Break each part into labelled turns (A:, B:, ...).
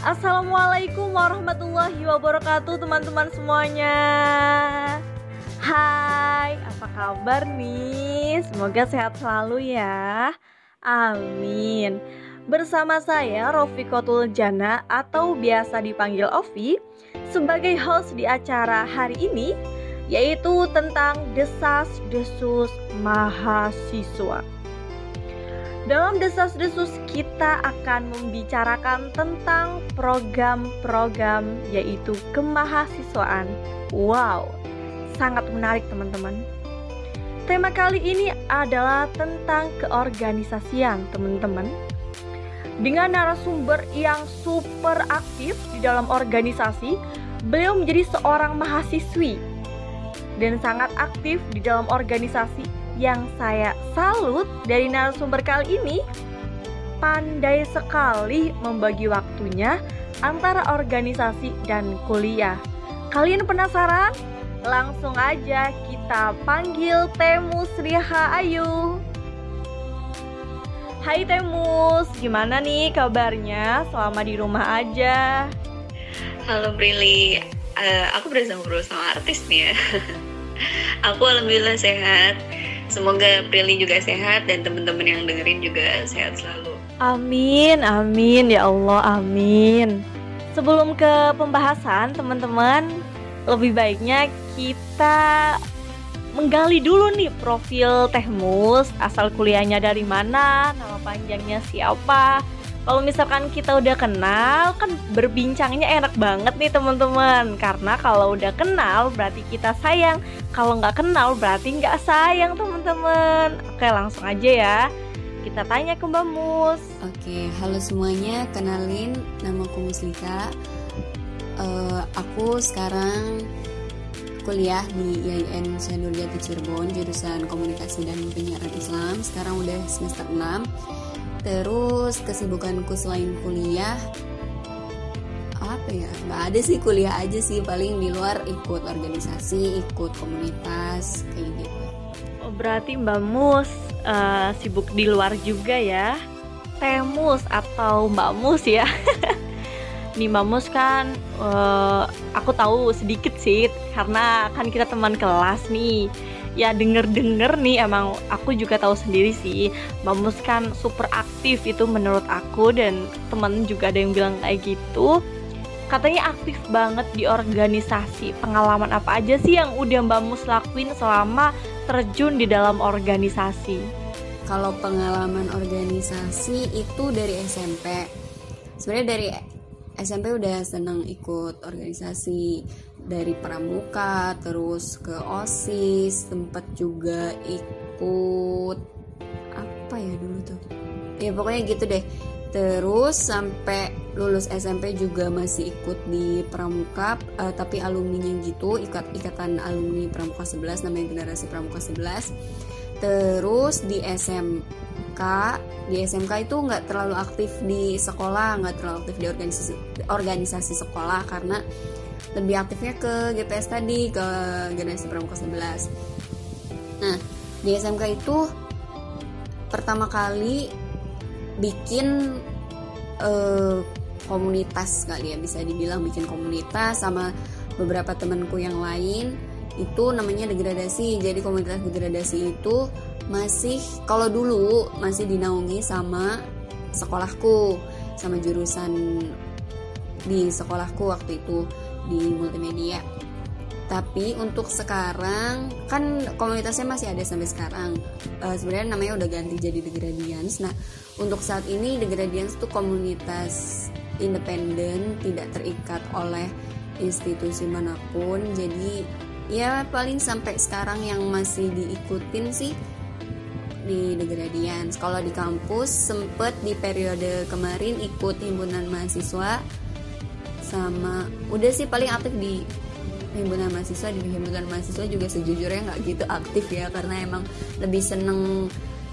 A: Assalamualaikum warahmatullahi wabarakatuh teman-teman semuanya. Hai, apa kabar nih? Semoga sehat selalu ya. Amin. Bersama saya Rofikotul Jana atau biasa dipanggil Ovi sebagai host di acara hari ini, yaitu tentang desas-desus mahasiswa. Dalam desas-desus kita akan membicarakan tentang program-program yaitu kemahasiswaan. Wow, sangat menarik teman-teman. Tema kali ini adalah tentang keorganisasian teman-teman. Dengan narasumber yang super aktif di dalam organisasi, beliau menjadi seorang mahasiswi dan sangat aktif di dalam organisasi. Yang saya salut dari narasumber kali ini, pandai sekali membagi waktunya antara organisasi dan kuliah. Kalian penasaran? Langsung aja kita panggil Temus Riha Ayu. Hai Temus, gimana nih kabarnya selama di rumah aja?
B: Halo Brili, aku berasa ngobrol sama artis nih ya. Aku alhamdulillah sehat. Semoga Brili juga sehat dan teman-teman yang dengerin juga sehat selalu.
A: Amin, amin ya Allah, amin. Sebelum ke pembahasan teman-teman, lebih baiknya kita menggali dulu nih profil Temus, asal kuliahnya dari mana, nama panjangnya siapa. Kalau misalkan kita udah kenal, kan berbincangnya enak banget nih teman-teman. Karena kalau udah kenal berarti kita sayang. Kalau nggak kenal berarti nggak sayang teman-teman. Oke, langsung aja ya. Kita tanya ke Mbak Mus.
C: Oke, halo semuanya. Kenalin, nama aku Muslika. Aku sekarang kuliah di IAIN Syahnurjati Cirebon, jurusan Komunikasi dan Penyiaran Islam. Sekarang udah semester 6. Terus kesibukanku selain kuliah apa ya? Nggak ada sih, kuliah aja sih. Paling di luar ikut organisasi, ikut komunitas kayak gitu.
A: Oh, berarti Mbak Mus sibuk di luar juga ya. Temus atau Mbak Mus ya. Nih Mbak Mus kan aku tahu sedikit sih karena kan kita teman kelas nih. Ya denger-denger nih, emang aku juga tahu sendiri sih, Mbak Mus kan super aktif itu menurut aku, dan temen juga ada yang bilang kayak gitu. Katanya aktif banget di organisasi. Pengalaman apa aja sih yang udah Mbak Mus lakuin selama terjun di dalam organisasi?
C: Kalau pengalaman organisasi itu dari SMP. Sebenarnya dari SMP udah senang ikut organisasi, dari pramuka terus ke OSIS, sempat juga ikut apa ya dulu tuh ya pokoknya gitu deh. Terus sampai lulus SMP juga masih ikut di pramuka, tapi alumninya gitu, ikatan alumni pramuka 11, namanya generasi pramuka 11. Terus di SMK itu nggak terlalu aktif di sekolah, nggak terlalu aktif di organisasi sekolah karena lebih aktifnya ke GPS tadi, ke generasi pramuka 11. Nah, di SMK itu pertama kali bikin komunitas kali ya, bisa dibilang bikin komunitas sama beberapa temanku yang lain. Itu namanya degradasi. Jadi komunitas degradasi itu masih, kalau dulu masih dinaungi sama sekolahku, sama jurusan di sekolahku waktu itu di multimedia. Tapi untuk sekarang kan komunitasnya masih ada sampai sekarang. Sebenarnya namanya udah ganti jadi The Gradians. Nah, untuk saat ini The Gradians itu komunitas independen, tidak terikat oleh institusi manapun. Jadi ya paling sampai sekarang yang masih diikutin sih di The Gradians. Kalau di kampus sempet di periode kemarin ikut himpunan mahasiswa, sama udah sih paling aktif di himpunan mahasiswa. Di himpunan mahasiswa juga sejujurnya nggak gitu aktif ya, karena emang lebih seneng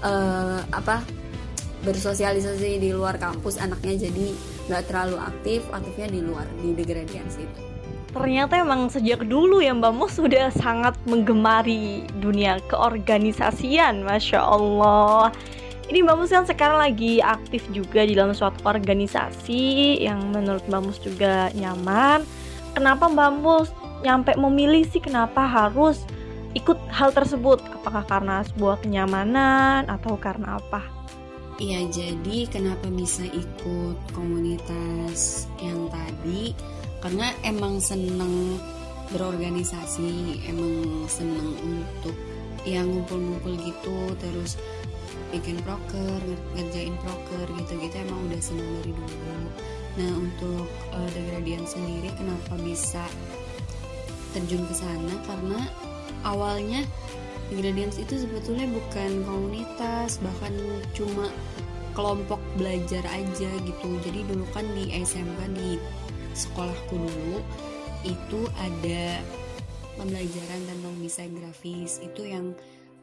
C: bersosialisasi di luar kampus anaknya, jadi nggak terlalu aktifnya di luar, di The Gradians itu.
A: Ternyata emang sejak dulu ya Mbak Mus sudah sangat menggemari dunia keorganisasian, Masya Allah. Ini Mbak Mus kan sekarang lagi aktif juga di dalam suatu organisasi yang menurut Mbak Mus juga nyaman. Kenapa Mbak Mus nyampe memilih sih kenapa harus ikut hal tersebut? Apakah karena sebuah kenyamanan atau karena apa?
C: Iya, jadi kenapa bisa ikut komunitas yang tadi? Karena emang seneng berorganisasi, emang seneng untuk yang ngumpul-ngumpul gitu, terus bikin proker, ngerjain proker gitu-gitu, emang udah seneng dari dulu. Nah, untuk Degradian sendiri kenapa bisa terjun ke sana? Karena awalnya Degradians itu sebetulnya bukan komunitas, bahkan cuma kelompok belajar aja gitu. Jadi dulu kan di SMK, di sekolahku dulu itu ada pembelajaran tentang desain grafis. Itu yang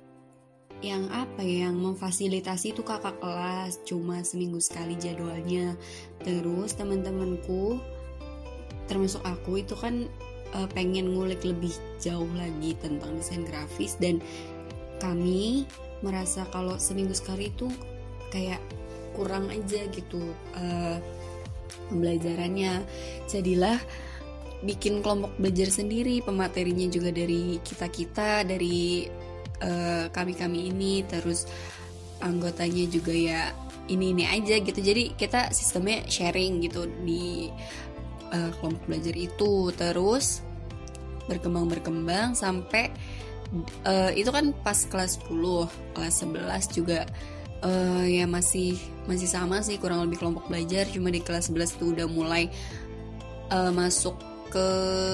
C: apa ya, yang memfasilitasi itu kakak kelas, cuma seminggu sekali jadwalnya. Terus teman-temanku termasuk aku itu kan pengen ngulik lebih jauh lagi tentang desain grafis, dan kami merasa kalau seminggu sekali itu kayak kurang aja gitu pembelajarannya. Jadilah bikin kelompok belajar sendiri, pematerinya juga dari kita dari kami ini, terus anggotanya juga ya ini aja gitu. Jadi kita sistemnya sharing gitu di kelompok belajar itu. Terus berkembang sampai itu kan pas kelas 10, kelas 11 juga ya masih sama sih kurang lebih kelompok belajar. Cuma di kelas 11 tuh udah mulai masuk ke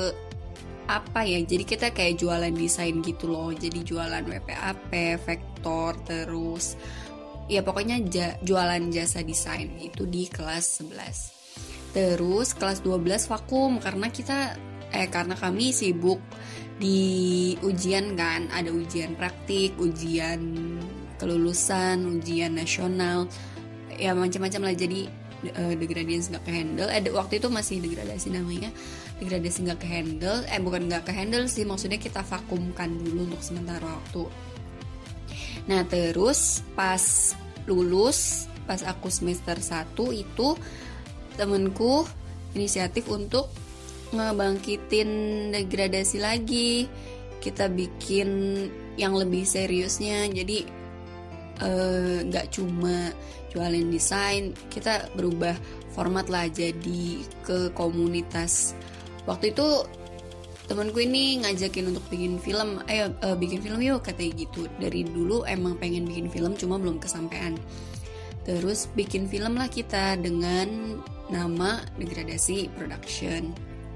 C: apa ya, jadi kita kayak jualan desain gitu loh. Jadi jualan WPAP, vektor, terus ya pokoknya jualan jasa desain itu di kelas 11. Terus kelas 12 vakum karena karena kami sibuk di ujian kan, ada ujian praktik, ujian kelulusan, ujian nasional, ya macam-macam lah. Jadi degradasi nggak kehandle. Waktu itu masih degradasi namanya, degradasi nggak kehandle. Bukan nggak kehandle sih, maksudnya kita vakumkan dulu untuk sementara waktu. Nah terus pas lulus, pas aku semester 1 itu temenku inisiatif untuk ngebangkitin degradasi lagi. Kita bikin yang lebih seriusnya, jadi gak cuma jualan desain, kita berubah format lah jadi ke komunitas. Waktu itu temanku ini ngajakin untuk bikin film, bikin film yuk katanya gitu. Dari dulu emang pengen bikin film cuma belum kesampaian. Terus bikin film lah kita dengan nama Degradasi Production.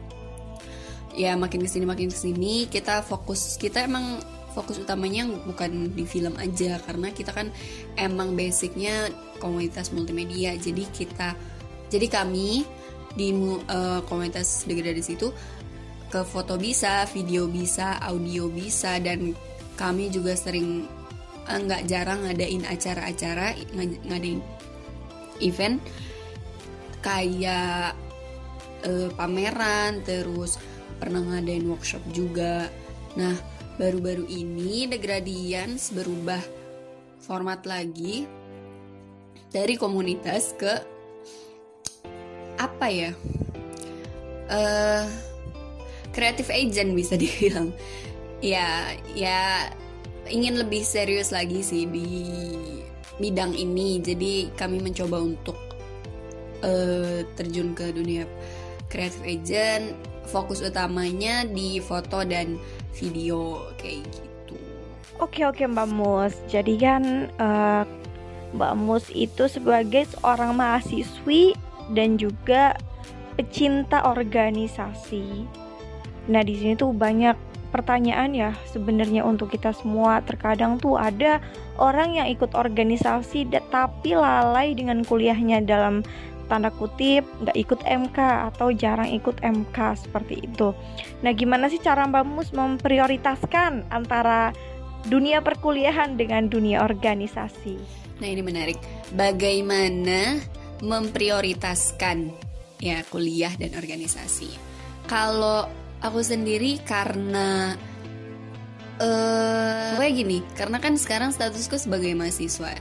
C: Ya makin kesini kita emang fokus utamanya bukan di film aja, karena kita kan emang basicnya komunitas multimedia. Jadi kami di komunitas degradasi itu ke foto bisa, video bisa, audio bisa, dan kami juga sering nggak jarang ngadain acara-acara, ngadain event kayak pameran, terus pernah ngadain workshop juga. Nah baru-baru ini Degradians berubah format lagi dari komunitas ke apa ya, creative agent bisa dibilang. Ya ingin lebih serius lagi sih di bidang ini. Jadi kami mencoba untuk terjun ke dunia creative agent, fokus utamanya di foto dan video kayak gitu.
A: Oke Mbak Mus. Jadi kan Mbak Mus itu sebagai seorang mahasiswi dan juga pecinta organisasi. Nah di sini tuh banyak pertanyaan ya sebenarnya untuk kita semua. Terkadang tuh ada orang yang ikut organisasi tapi lalai dengan kuliahnya, dalam tanda kutip nggak ikut MK atau jarang ikut MK seperti itu. Nah gimana sih cara Mbak Mus memprioritaskan antara dunia perkuliahan dengan dunia organisasi?
C: Nah ini menarik, bagaimana memprioritaskan ya kuliah dan organisasi. Kalau aku sendiri karena kayak gini, karena kan sekarang statusku sebagai mahasiswa,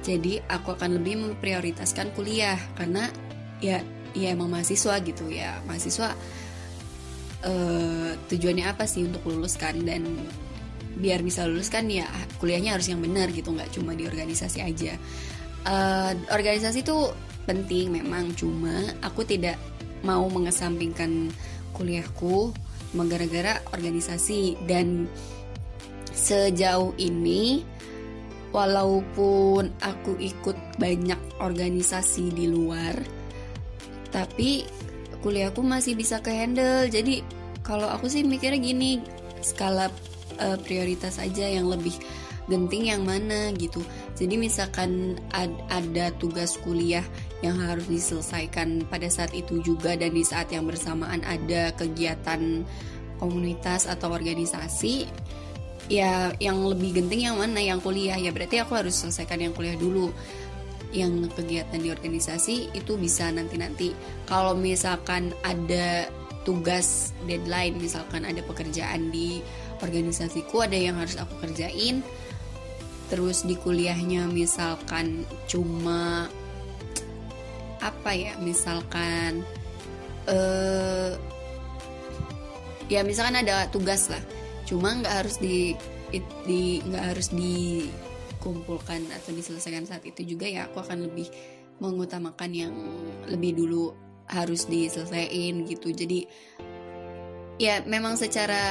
C: Jadi aku akan lebih memprioritaskan kuliah karena ya emang mahasiswa gitu ya. Mahasiswa tujuannya apa sih untuk lulus kan, dan biar bisa lulus kan ya kuliahnya harus yang benar gitu, nggak cuma di organisasi aja. Organisasi itu penting memang, cuma aku tidak mau mengesampingkan kuliahku cuma gara-gara organisasi. Dan sejauh ini walaupun aku ikut banyak organisasi di luar, tapi kuliahku masih bisa kehandle. Jadi kalau aku sih mikirnya gini, skala prioritas aja, yang lebih genting yang mana gitu. Jadi misalkan ada tugas kuliah yang harus diselesaikan pada saat itu juga, dan di saat yang bersamaan ada kegiatan komunitas atau organisasi, ya yang lebih genting yang mana, yang kuliah, ya berarti aku harus selesaikan yang kuliah dulu. Yang kegiatan di organisasi itu bisa nanti-nanti. Kalau misalkan ada tugas deadline, misalkan ada pekerjaan di organisasiku ada yang harus aku kerjain, terus di kuliahnya misalkan cuma apa ya, misalkan ya misalkan ada tugas lah, cuma nggak harus nggak harus dikumpulkan atau diselesaikan saat itu juga, ya aku akan lebih mengutamakan yang lebih dulu harus diselesaikan gitu. Jadi ya memang secara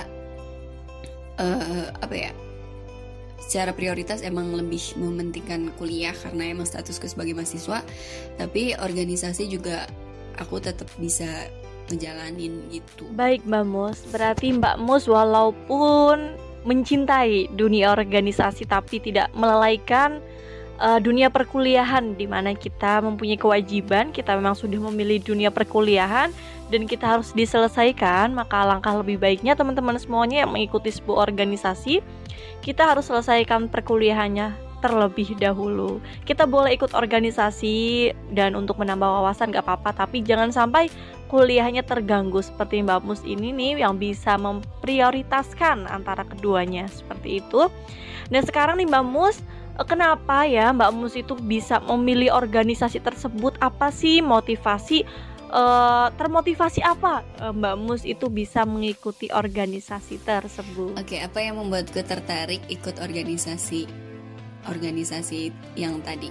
C: secara prioritas emang lebih mementingkan kuliah karena emang statusku sebagai mahasiswa, tapi organisasi juga aku tetap bisa ngejalanin gitu.
A: Baik Mbak Mus, berarti Mbak Mus walaupun mencintai dunia organisasi tapi tidak melalaikan dunia perkuliahan, di mana kita mempunyai kewajiban, kita memang sudah memilih dunia perkuliahan dan kita harus diselesaikan. Maka alangkah lebih baiknya teman-teman semuanya yang mengikuti sebuah organisasi, kita harus selesaikan perkuliahannya terlebih dahulu. Kita boleh ikut organisasi dan untuk menambah wawasan gak apa-apa, tapi jangan sampai kuliahnya terganggu seperti Mbak Mus ini nih, yang bisa memprioritaskan antara keduanya seperti itu. Dan sekarang nih Mbak Mus, kenapa ya Mbak Mus itu bisa memilih organisasi tersebut? Apa sih motivasi, termotivasi apa Mbak Mus itu bisa mengikuti organisasi tersebut?
C: Oke, apa yang membuatku tertarik ikut organisasi yang tadi?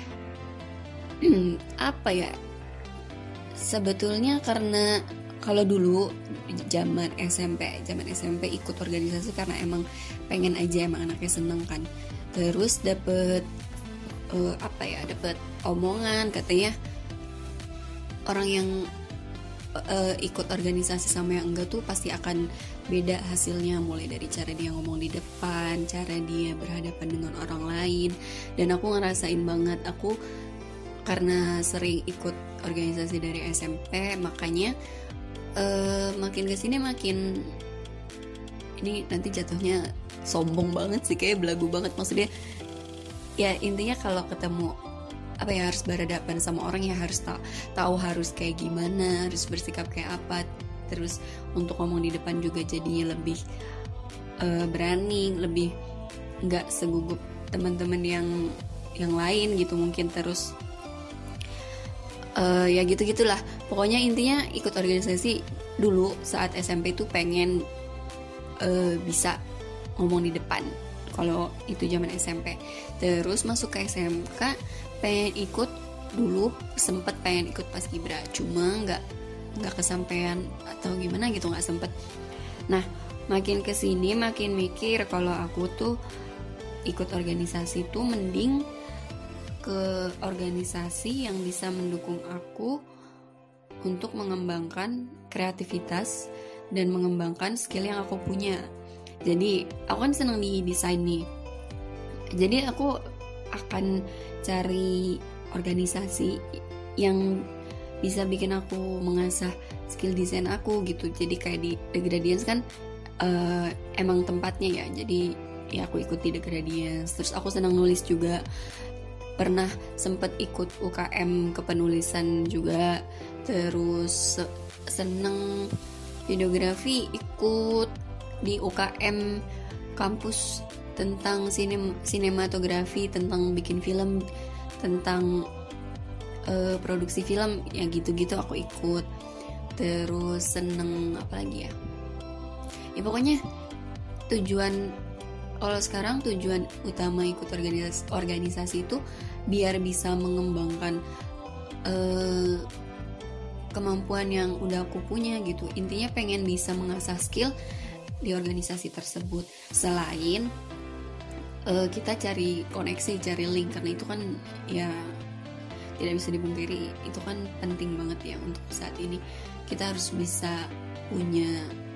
C: Apa ya? Sebetulnya karena kalau dulu zaman SMP ikut organisasi karena emang pengen aja, emang anaknya seneng kan. Terus dapet omongan katanya orang yang ikut organisasi sama yang enggak tuh pasti akan beda hasilnya, mulai dari cara dia ngomong di depan, cara dia berhadapan dengan orang lain. Dan aku ngerasain banget, aku karena sering ikut organisasi dari SMP, makanya makin kesini makin, ini nanti jatuhnya sombong banget sih, kayak belagu banget, maksudnya ya intinya kalau ketemu harus berhadapan sama orang ya harus tahu harus kayak gimana, harus bersikap kayak apa. Terus untuk ngomong di depan juga jadinya lebih berani, lebih nggak segugup teman-teman yang lain gitu mungkin. Terus ya gitu-gitulah. Pokoknya intinya ikut organisasi dulu saat SMP tuh pengen bisa ngomong di depan. Kalau itu zaman SMP. Terus masuk ke SMK pengen ikut, dulu sempet pengen ikut paskibra, cuma nggak kesampaian atau gimana gitu, nggak sempet. Nah makin kesini makin mikir kalau aku tuh ikut organisasi tuh mending ke organisasi yang bisa mendukung aku untuk mengembangkan kreativitas dan mengembangkan skill yang aku punya. Jadi aku kan senang di desain nih, jadi aku akan cari organisasi yang bisa bikin aku mengasah skill desain aku gitu. Jadi kayak di The Gradients kan emang tempatnya ya, jadi ya aku ikut di The Gradients. Terus aku senang nulis juga, pernah sempet ikut UKM kepenulisan juga. Terus seneng videografi, ikut di UKM kampus tentang sinematografi, tentang bikin film, tentang produksi film, ya gitu-gitu aku ikut. Terus seneng apa lagi ya? Ya pokoknya kalau sekarang tujuan utama ikut organisasi itu biar bisa mengembangkan kemampuan yang udah aku punya gitu. Intinya pengen bisa mengasah skill di organisasi tersebut. Selain kita cari koneksi, cari link, karena itu kan ya tidak bisa dipungkiri, itu kan penting banget ya untuk saat ini. Kita harus bisa punya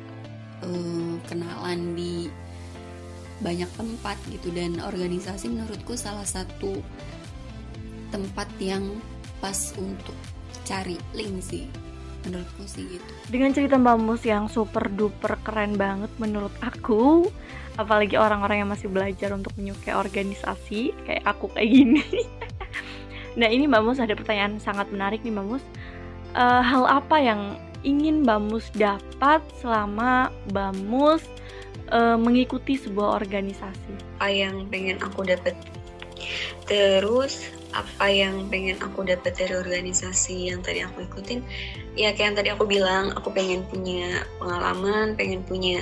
C: kenalan di banyak tempat gitu, dan organisasi menurutku salah satu tempat yang pas untuk cari link sih, menurutku sih gitu.
A: Dengan cerita Mbak Mus yang super duper keren banget menurut aku, apalagi orang-orang yang masih belajar untuk menyukai organisasi kayak aku kayak gini. Nah ini Mbak Mus ada pertanyaan sangat menarik nih Mbak Mus. Hal apa yang ingin Mbak Mus dapat selama Mbak Mus mengikuti sebuah organisasi?
B: Apa yang pengen aku dapat? Terus apa yang pengen aku dapat dari organisasi yang tadi aku ikutin? Ya kayak yang tadi aku bilang, aku pengen punya pengalaman, pengen punya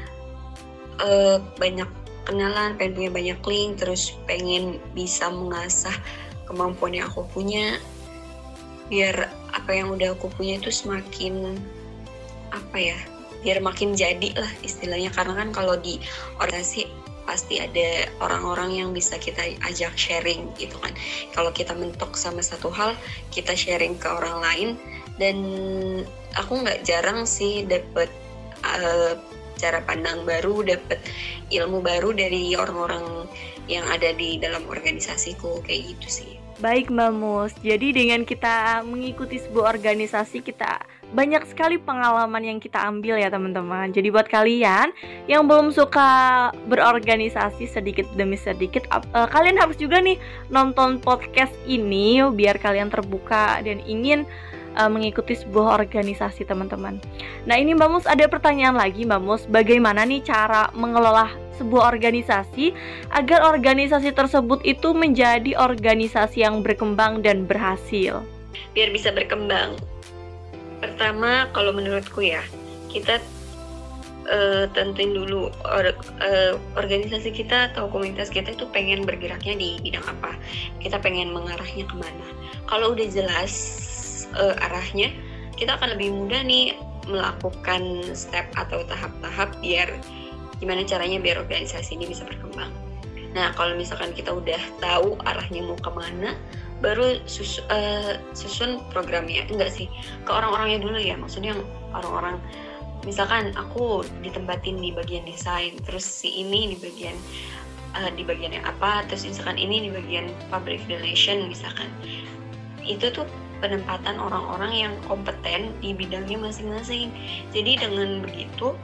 B: banyak kenalan, pengen punya banyak link, terus pengen bisa mengasah kemampuan yang aku punya, biar apa yang udah aku punya itu semakin biar makin jadi lah istilahnya. Karena kan kalau di organisasi pasti ada orang-orang yang bisa kita ajak sharing gitu kan. Kalau kita mentok sama satu hal, kita sharing ke orang lain. Dan aku nggak jarang sih dapet cara pandang baru, dapet ilmu baru dari orang-orang yang ada di dalam organisasiku, kayak gitu sih.
A: Baik Mbak Mus, jadi dengan kita mengikuti sebuah organisasi, kita banyak sekali pengalaman yang kita ambil ya teman-teman. Jadi buat kalian yang belum suka berorganisasi sedikit demi sedikit, kalian harus juga nih nonton podcast ini biar kalian terbuka dan ingin mengikuti sebuah organisasi teman-teman. Nah ini Mbak Mus ada pertanyaan lagi Mbak Mus, bagaimana nih cara mengelola sebuah organisasi agar organisasi tersebut itu menjadi organisasi yang berkembang dan berhasil?
B: Biar bisa berkembang, pertama kalau menurutku ya, kita tentuin dulu organisasi kita atau komunitas kita itu pengen bergeraknya di bidang apa, kita pengen mengarahnya kemana. Kalau udah jelas arahnya, kita akan lebih mudah nih melakukan step atau tahap-tahap biar gimana caranya biar organisasi ini bisa berkembang. Nah kalau misalkan kita udah tahu arahnya mau kemana, baru susun programnya. Enggak sih, ke orang-orangnya dulu ya, maksudnya orang-orang, misalkan aku ditempatin di bagian desain, terus si ini di bagian yang apa, terus misalkan ini di bagian public relation misalkan. Itu tuh penempatan orang-orang yang kompeten di bidangnya masing-masing. Jadi dengan begitu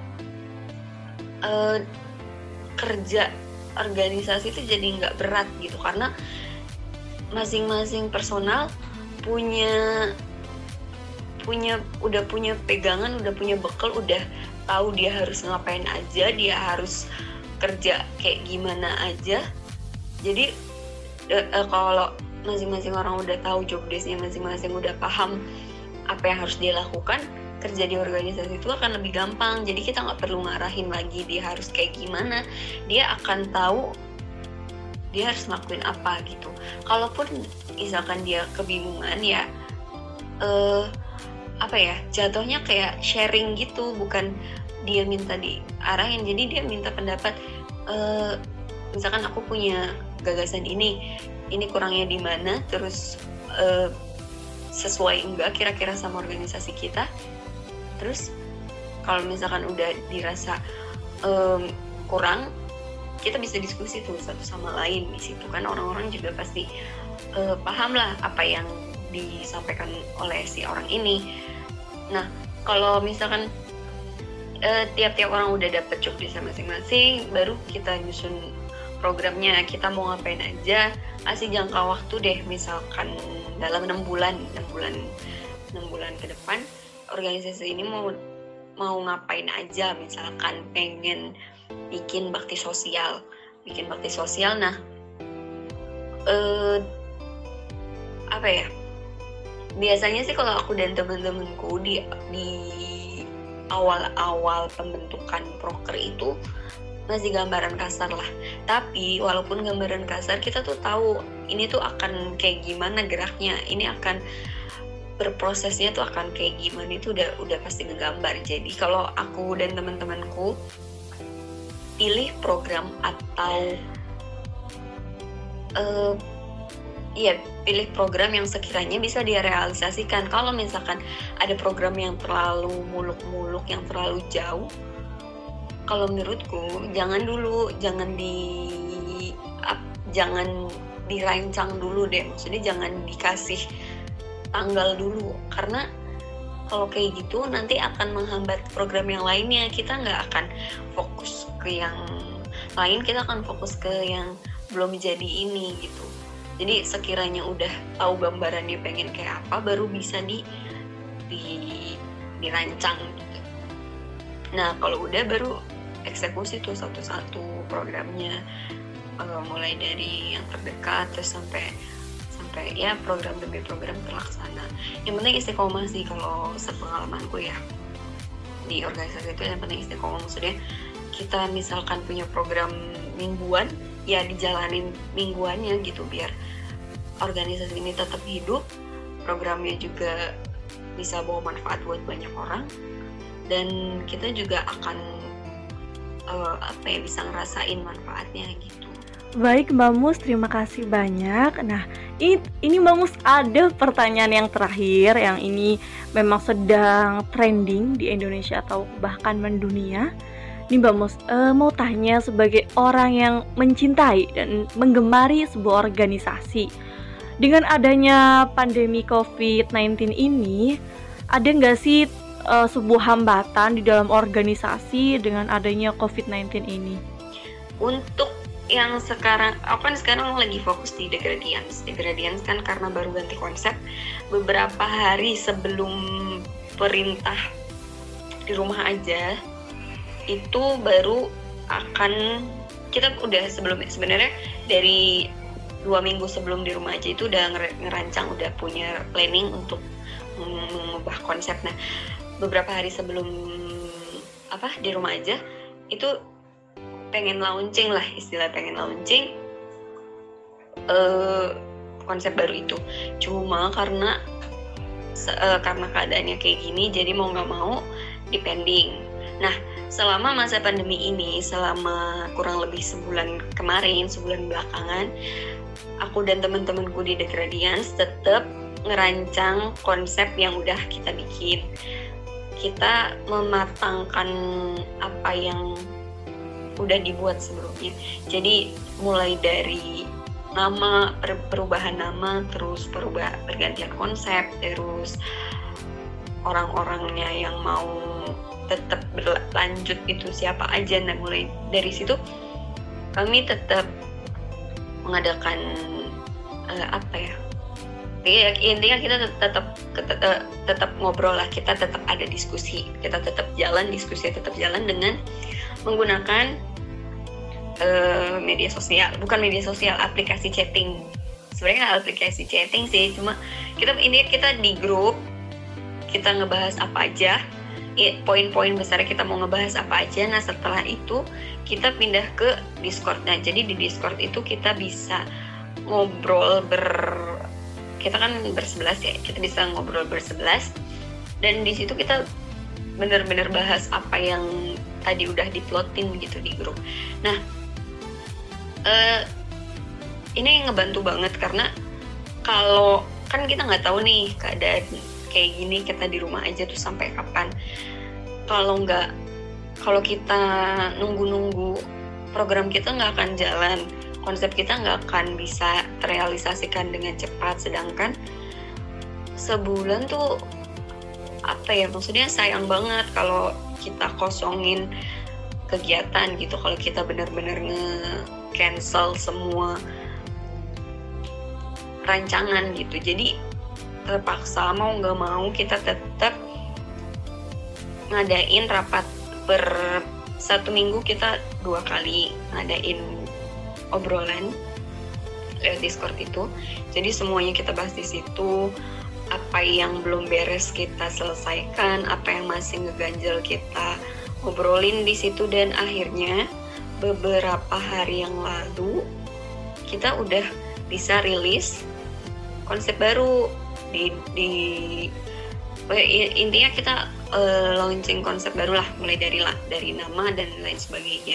B: kerja organisasi itu jadi nggak berat gitu, karena masing-masing personal udah punya pegangan, udah punya bekal, udah tahu dia harus ngapain aja, dia harus kerja kayak gimana aja. Jadi kalau masing-masing orang udah tahu job desk-nya masing-masing, udah paham apa yang harus dia lakukan, kerja di organisasi itu akan lebih gampang. Jadi kita nggak perlu ngarahin lagi dia harus kayak gimana, dia akan tahu dia harus ngelakuin apa gitu. Kalaupun misalkan dia kebingungan ya jatuhnya kayak sharing gitu, bukan dia minta diarahin. Jadi dia minta pendapat, misalkan aku punya gagasan ini kurangnya di mana, terus sesuai enggak kira-kira sama organisasi kita. Terus kalau misalkan udah dirasa kurang, kita bisa diskusi tuh satu sama lain. Di situ kan orang-orang juga pasti paham lah apa yang disampaikan oleh si orang ini. Nah kalau misalkan tiap-tiap orang udah dapet job desk masing-masing, baru kita nyusun programnya, kita mau ngapain aja, kasih jangka waktu deh, misalkan dalam 6 bulan ke depan organisasi ini mau ngapain aja. Misalkan pengen bikin bakti sosial, bikin bakti sosial. Nah, apa ya? Biasanya sih kalau aku dan teman-temanku di awal-awal pembentukan proker itu masih gambaran kasar lah. Tapi walaupun gambaran kasar, kita tuh tahu ini tuh akan kayak gimana geraknya, ini akan berprosesnya tuh akan kayak gimana, itu udah pasti ngegambar. Jadi kalau aku dan teman-temanku pilih program atau pilih program yang sekiranya bisa dia realisasikan. Kalau misalkan ada program yang terlalu muluk-muluk, yang terlalu jauh, kalau menurutku jangan dirancang dulu deh. Maksudnya jangan dikasih tanggal dulu, karena kalau kayak gitu nanti akan menghambat program yang lainnya. Kita nggak akan fokus ke yang lain, kita akan fokus ke yang belum jadi ini gitu. Jadi sekiranya udah tahu gambarannya pengen kayak apa, baru bisa dirancang gitu. Nah kalau udah, baru eksekusi tuh satu-satu programnya, mulai dari yang terdekat terus sampai ya program demi program terlaksana. Yang penting istiqomah sih kalau sepengalamanku ya di organisasi itu. Yang penting istiqomah, maksudnya kita misalkan punya program mingguan, ya dijalanin mingguannya gitu, biar organisasi ini tetap hidup, programnya juga bisa bawa manfaat buat banyak orang, dan kita juga akan bisa ngerasain manfaatnya gitu.
A: Baik Mbak Mus, terima kasih banyak. Nah, ini Mbak Mus, ada pertanyaan yang terakhir yang ini memang sedang trending di Indonesia atau bahkan mendunia. Nih Mbak Mus, mau tanya sebagai orang yang mencintai dan menggemari sebuah organisasi, dengan adanya pandemi COVID-19 ini, ada nggak sih sebuah hambatan di dalam organisasi dengan adanya COVID-19 ini?
B: Untuk yang sekarang, aku kan sekarang lagi fokus di The Gradients. The Gradients kan karena baru ganti konsep beberapa hari sebelum perintah di rumah aja, itu baru akan, kita udah sebenarnya dari 2 minggu sebelum di rumah aja itu udah ngerancang, udah punya planning untuk mengubah konsep. Nah, beberapa hari sebelum di rumah aja itu pengen launching lah, istilah pengen launching konsep baru itu. Cuma karena keadaannya kayak gini, jadi mau nggak mau dipending. Nah, selama masa pandemi ini, selama kurang lebih sebulan belakangan, aku dan teman-temanku di The Gradients tetap ngerancang konsep yang udah kita bikin. Kita mematangkan apa yang udah dibuat sebelumnya. Jadi mulai dari nama, perubahan nama, terus pergantian konsep, terus orang-orangnya yang mau tetap berlanjut itu siapa aja. Nah, mulai dari situ kami tetap mengadakan intinya kita tetap ngobrol lah, kita tetap ada diskusi, kita tetap jalan, diskusi tetap jalan dengan menggunakan media sosial, bukan media sosial, aplikasi chatting. Sebenarnya aplikasi chatting sih, cuma kita di grup, kita ngebahas apa aja, poin-poin besar kita mau ngebahas apa aja. Nah, setelah itu kita pindah ke Discord. Nah, jadi di Discord itu kita bisa ngobrol kita kan bersebelas ya, kita bisa ngobrol bersebelas, dan di situ kita benar-benar bahas apa yang tadi udah diplotin gitu di grup. Nah, ini ngebantu banget, karena kalau kan kita nggak tahu nih keadaan kayak gini, kita di rumah aja tuh sampai kapan. Kalau kita nunggu program kita nggak akan jalan, konsep kita nggak akan bisa terrealisasikan dengan cepat. Sedangkan sebulan tuh maksudnya sayang banget kalau kita kosongin kegiatan gitu, kalau kita benar-benar nge-cancel semua rancangan gitu. Jadi terpaksa mau nggak mau kita tetap ngadain rapat per 1 minggu, kita 2 kali ngadain obrolan lewat Discord itu. Jadi semuanya kita bahas di situ. Apa yang belum beres kita selesaikan, apa yang masih ngeganjel kita ngobrolin di situ, dan akhirnya beberapa hari yang lalu kita udah bisa rilis konsep baru intinya kita launching konsep baru lah, mulai dari nama dan lain sebagainya.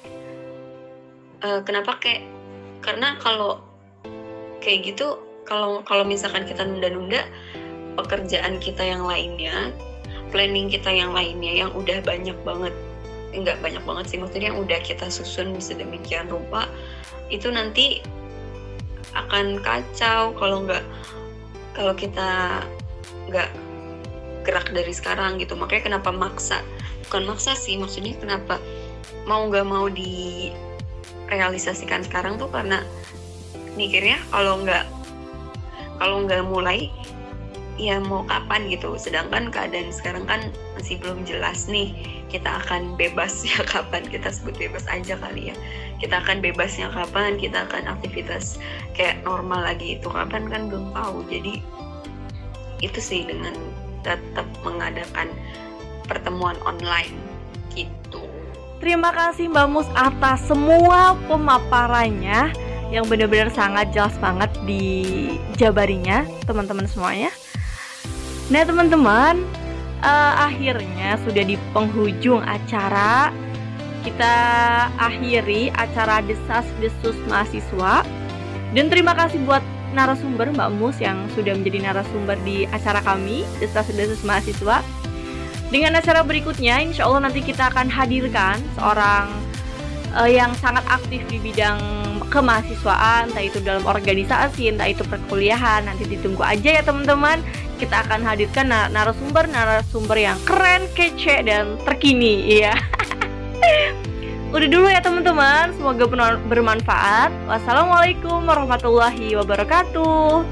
B: Kenapa karena kalau kayak gitu, kalau misalkan kita nunda-nunda pekerjaan kita yang lainnya, planning kita yang lainnya yang udah banyak banget, nggak banyak banget sih, maksudnya yang udah kita susun sedemikian rupa, itu nanti akan kacau kalau kita nggak gerak dari sekarang gitu. Makanya kenapa bukan maksa sih, maksudnya kenapa mau nggak mau direalisasikan sekarang tuh karena mikirnya kalau nggak mulai ya mau kapan gitu. Sedangkan keadaan sekarang kan masih belum jelas nih kita akan bebas ya kapan, kita sebut bebas aja kali ya, kita akan bebasnya kapan, kita akan aktivitas kayak normal lagi itu kapan kan belum tahu. Jadi itu sih dengan tetap mengadakan pertemuan online gitu.
A: Terima kasih Mbak Mus atas semua pemaparannya yang benar-benar sangat jelas banget dijabarinya teman-teman semuanya. Nah teman-teman, akhirnya sudah di penghujung acara. Kita akhiri acara Desas-Desus Mahasiswa. Dan terima kasih buat narasumber Mbak Mus yang sudah menjadi narasumber di acara kami Desas-Desus Mahasiswa. Dengan acara berikutnya insya Allah nanti kita akan hadirkan seorang yang sangat aktif di bidang kemahasiswaan, entah itu dalam organisasi, entah itu perkuliahan. Nanti ditunggu aja ya teman-teman. Kita akan hadirkan narasumber yang keren, kece, dan terkini ya. Udah dulu ya teman-teman, semoga bermanfaat. Wassalamualaikum warahmatullahi wabarakatuh.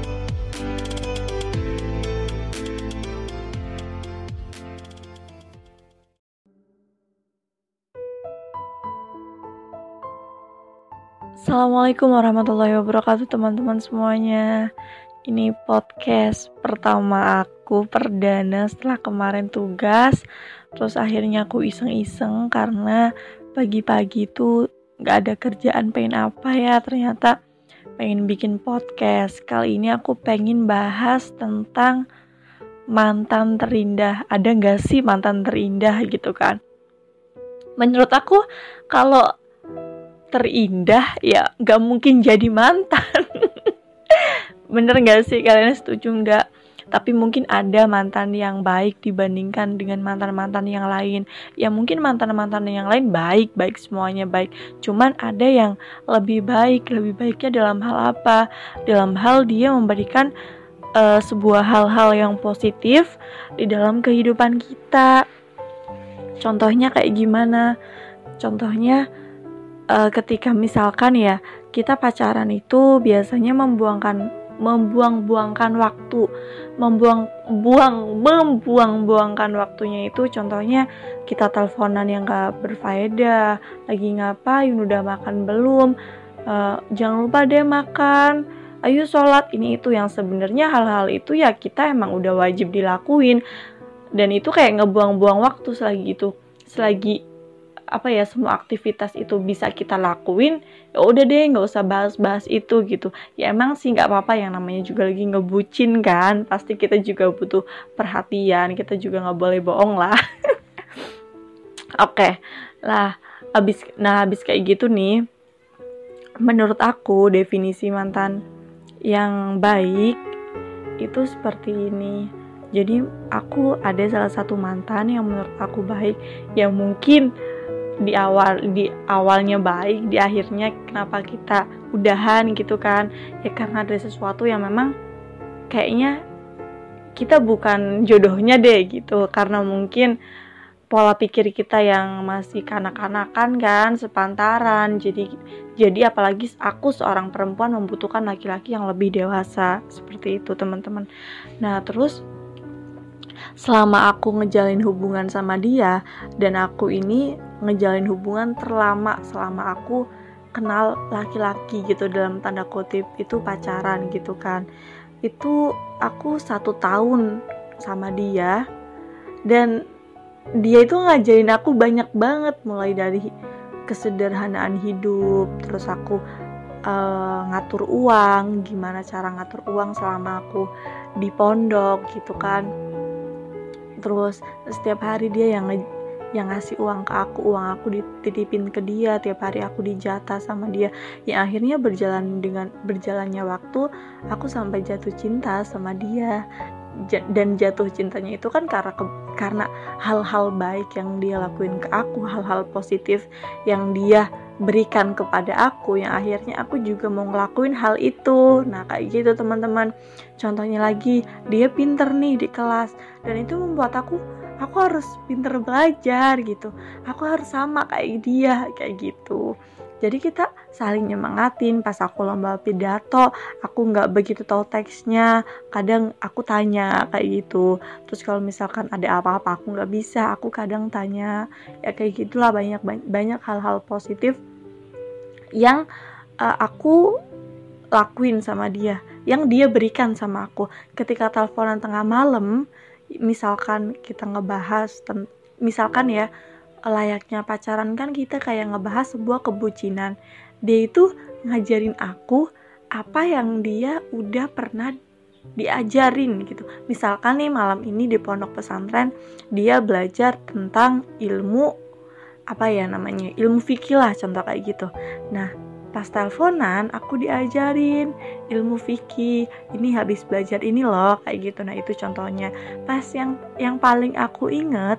A: Assalamualaikum warahmatullahi wabarakatuh teman-teman semuanya. Ini podcast pertama aku perdana setelah kemarin tugas. Terus akhirnya aku iseng-iseng karena pagi-pagi itu gak ada kerjaan, pengen apa ya, ternyata pengen bikin podcast. Kali ini aku pengen bahas tentang mantan terindah. Ada gak sih mantan terindah gitu kan? Menurut aku kalau terindah ya gak mungkin jadi mantan. Bener gak sih, kalian setuju gak? Tapi mungkin ada mantan yang baik dibandingkan dengan mantan-mantan yang lain. Ya mungkin mantan-mantan yang lain baik semuanya baik. Cuman ada yang lebih baiknya dalam hal apa? Dalam hal dia memberikan sebuah hal-hal yang positif di dalam kehidupan kita. Contohnya kayak gimana? Contohnya ketika misalkan ya kita pacaran itu biasanya membuang-buangkan waktu, membuang-buangkan waktunya itu contohnya kita teleponan yang gak berfaedah, lagi ngapain, udah makan belum, jangan lupa deh makan, ayo sholat, ini itu yang sebenarnya hal-hal itu ya kita emang udah wajib dilakuin, dan itu kayak ngebuang-buang waktu selagi semua aktivitas itu bisa kita lakuin, ya udah deh nggak usah bahas itu gitu. Ya emang sih nggak apa-apa, yang namanya juga lagi ngebucin kan, pasti kita juga butuh perhatian, kita juga nggak boleh bohong lah. Oke, lah habis kayak gitu nih, menurut aku definisi mantan yang baik itu seperti ini. Jadi aku ada salah satu mantan yang menurut aku baik, yang mungkin di awalnya baik, di akhirnya kenapa kita udahan gitu kan, ya karena ada sesuatu yang memang kayaknya kita bukan jodohnya deh gitu, karena mungkin pola pikir kita yang masih kanak-kanakan kan, sepantaran, jadi apalagi aku seorang perempuan membutuhkan laki-laki yang lebih dewasa, seperti itu teman-teman. Nah terus selama aku ngejalin hubungan sama dia, dan aku ini ngejalin hubungan terlama selama aku kenal laki-laki gitu, dalam tanda kutip itu pacaran gitu kan. Itu aku 1 tahun sama dia, dan dia itu ngajarin aku banyak banget, mulai dari kesederhanaan hidup, terus aku ngatur uang, gimana cara ngatur uang selama aku di pondok gitu kan. Terus setiap hari dia yang ngasih uang ke aku, uang aku dititipin ke dia, tiap hari aku dijatah sama dia. Yang akhirnya dengan berjalannya waktu, aku sampai jatuh cinta sama dia. Dan jatuh cintanya itu kan karena hal-hal baik yang dia lakuin ke aku, hal-hal positif yang dia berikan kepada aku, yang akhirnya aku juga mau ngelakuin hal itu. Nah kayak gitu teman-teman. Contohnya lagi, dia pinter nih di kelas, dan itu membuat aku harus pinter belajar gitu, aku harus sama kayak dia, kayak gitu. Jadi kita saling nyemangatin. Pas aku lomba pidato, aku nggak begitu tahu teksnya, kadang aku tanya kayak gitu. Terus kalau misalkan ada apa-apa aku nggak bisa, aku kadang tanya. Ya kayak gitulah, banyak hal-hal positif yang aku lakuin sama dia, yang dia berikan sama aku. Ketika teleponan tengah malam, misalkan kita ngebahas misalkan ya, layaknya pacaran kan kita kayak ngebahas sebuah kebucinan. Dia itu ngajarin aku apa yang dia udah pernah diajarin gitu. Misalkan nih malam ini di pondok pesantren dia belajar tentang ilmu ilmu fikih lah, contoh kayak gitu. Nah pas teleponan aku diajarin ilmu fikih, ini habis belajar ini loh, kayak gitu. Nah itu contohnya. Pas yang paling aku inget,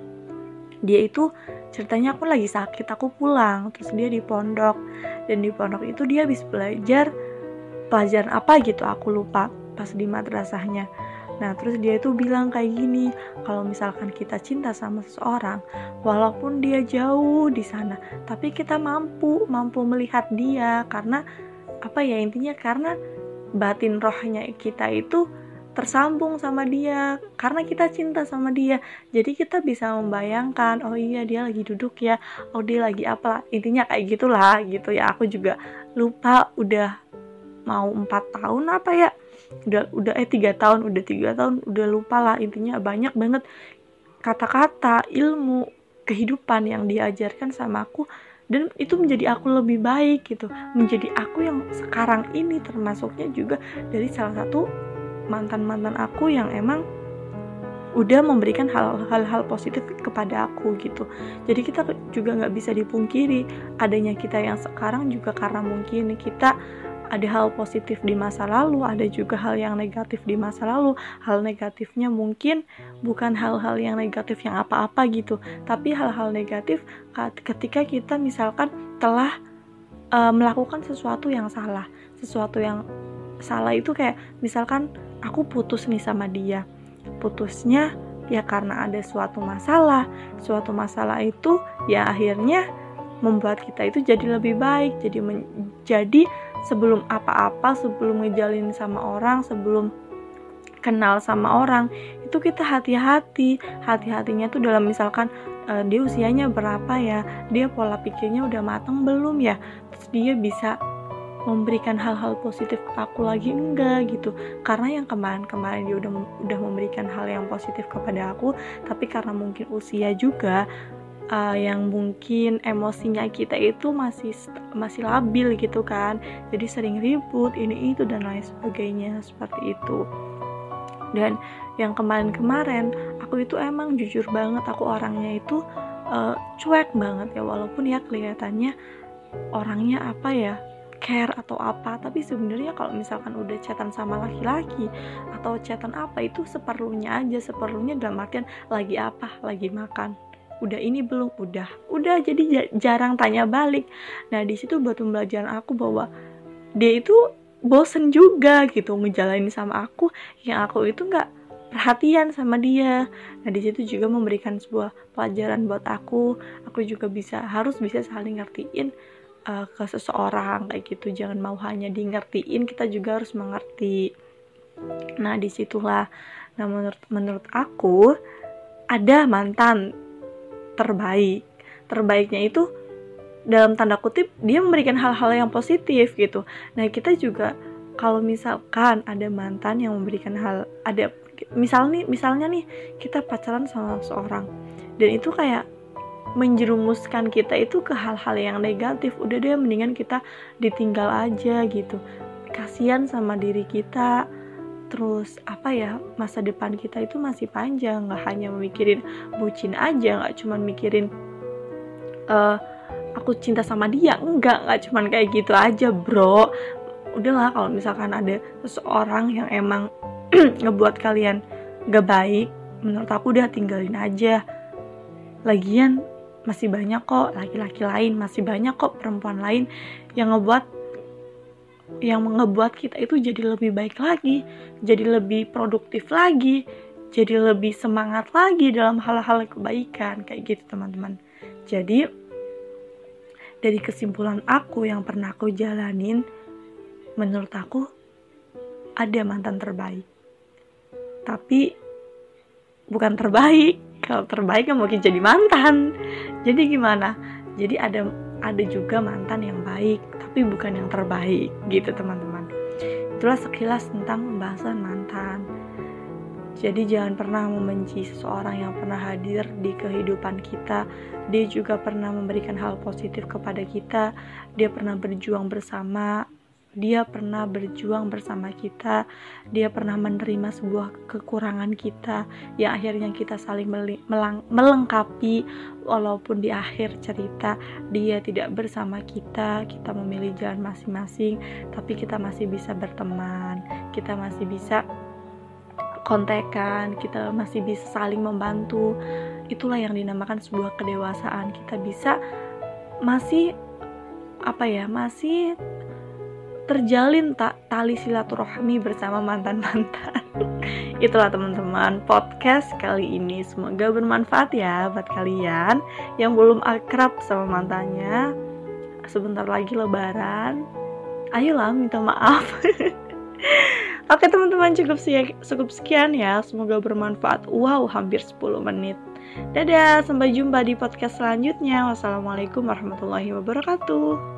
A: dia itu ceritanya aku lagi sakit, aku pulang, terus dia di pondok, dan di pondok itu dia habis belajar pelajaran apa gitu, aku lupa pas di madrasahnya. Nah terus dia itu bilang kayak gini, kalau misalkan kita cinta sama seseorang, walaupun dia jauh di sana, tapi kita mampu melihat dia, karena intinya karena batin rohnya kita itu tersambung sama dia, karena kita cinta sama dia. Jadi kita bisa membayangkan, oh iya dia lagi duduk ya, oh dia lagi apa, intinya kayak gitulah gitu ya. Aku juga lupa, udah mau 4 tahun apa ya, udah 3 tahun, udah lupa lah. Intinya banyak banget kata-kata, ilmu kehidupan yang diajarkan sama aku, dan itu menjadi aku lebih baik gitu, menjadi aku yang sekarang ini, termasuknya juga dari salah satu mantan aku yang emang udah memberikan hal-hal positif kepada aku gitu. Jadi kita juga nggak bisa dipungkiri adanya kita yang sekarang juga karena mungkin kita ada hal positif di masa lalu, ada juga hal yang negatif di masa lalu. Hal negatifnya mungkin bukan hal-hal yang negatif yang apa-apa gitu, tapi hal-hal negatif ketika kita misalkan telah melakukan sesuatu yang salah. Sesuatu yang salah itu kayak misalkan aku putus nih sama dia, putusnya ya karena ada suatu masalah itu ya akhirnya membuat kita itu jadi lebih baik. Jadi sebelum apa-apa, sebelum ngejalin sama orang, sebelum kenal sama orang, itu kita hati-hatinya tuh dalam misalkan dia usianya berapa ya, dia pola pikirnya udah matang belum ya, terus dia bisa memberikan hal-hal positif ke aku lagi enggak gitu. Karena yang kemarin dia udah memberikan hal yang positif kepada aku, tapi karena mungkin usia juga yang mungkin emosinya kita itu masih labil gitu kan, jadi sering ribut ini itu dan lain sebagainya seperti itu. Dan yang kemarin aku itu emang jujur banget, aku orangnya itu cuek banget ya, walaupun ya kelihatannya orangnya care atau apa, tapi sebenarnya kalau misalkan udah chatan sama laki-laki atau chatan apa itu seperlunya aja, seperlunya dalam artian lagi apa, lagi makan, udah ini belum, udah jadi jarang tanya balik. Nah di situ buat pembelajaran aku bahwa dia itu bosen juga gitu ngejalanin sama aku yang aku itu nggak perhatian sama dia. Nah di situ juga memberikan sebuah pelajaran buat aku juga harus bisa saling ngertiin ke seseorang kayak gitu. Jangan mau hanya di ngertiin, kita juga harus mengerti. Nah disitulah, nah menurut aku ada mantan terbaiknya itu dalam tanda kutip dia memberikan hal-hal yang positif gitu. Nah kita juga kalau misalkan ada mantan yang memberikan misalnya nih kita pacaran sama seorang dan itu kayak menjerumuskan kita itu ke hal-hal yang negatif, udah deh mendingan kita ditinggal aja gitu. Kasian sama diri kita. Terus masa depan kita itu masih panjang, nggak hanya mikirin bucin aja, nggak cuma mikirin aku cinta sama dia, enggak cuman kayak gitu aja bro. Udahlah kalau misalkan ada seseorang yang emang ngebuat kalian gak baik, menurut aku udah tinggalin aja. Lagian masih banyak kok laki-laki lain, masih banyak kok perempuan lain yang ngebuat kita itu jadi lebih baik lagi, jadi lebih produktif lagi, jadi lebih semangat lagi dalam hal-hal kebaikan kayak gitu teman-teman. Jadi dari kesimpulan aku yang pernah aku jalanin, menurut aku ada mantan terbaik. Tapi bukan terbaik. Kalau terbaik kan mungkin jadi mantan. Jadi gimana? Jadi ada juga mantan yang baik, tapi bukan yang terbaik gitu teman-teman. Itulah sekilas tentang pembahasan mantan. Jadi jangan pernah membenci seseorang yang pernah hadir di kehidupan kita. Dia juga pernah memberikan hal positif kepada kita. Dia pernah berjuang bersama. Dia pernah berjuang bersama kita. Dia pernah menerima sebuah kekurangan kita yang akhirnya kita saling melengkapi. Walaupun di akhir cerita dia tidak bersama kita, kita memilih jalan masing-masing, tapi kita masih bisa berteman. Kita masih bisa kontekan, kita masih bisa saling membantu. Itulah yang dinamakan sebuah kedewasaan. Kita bisa masih terjalin tali silaturahmi bersama mantan-mantan. Itulah teman-teman podcast kali ini, semoga bermanfaat ya buat kalian yang belum akrab sama mantannya. Sebentar lagi lebaran, ayolah minta maaf. Oke teman-teman, cukup sekian ya. Semoga bermanfaat. Wow, hampir 10 menit. Dadah, sampai jumpa di podcast selanjutnya. Wassalamualaikum warahmatullahi wabarakatuh.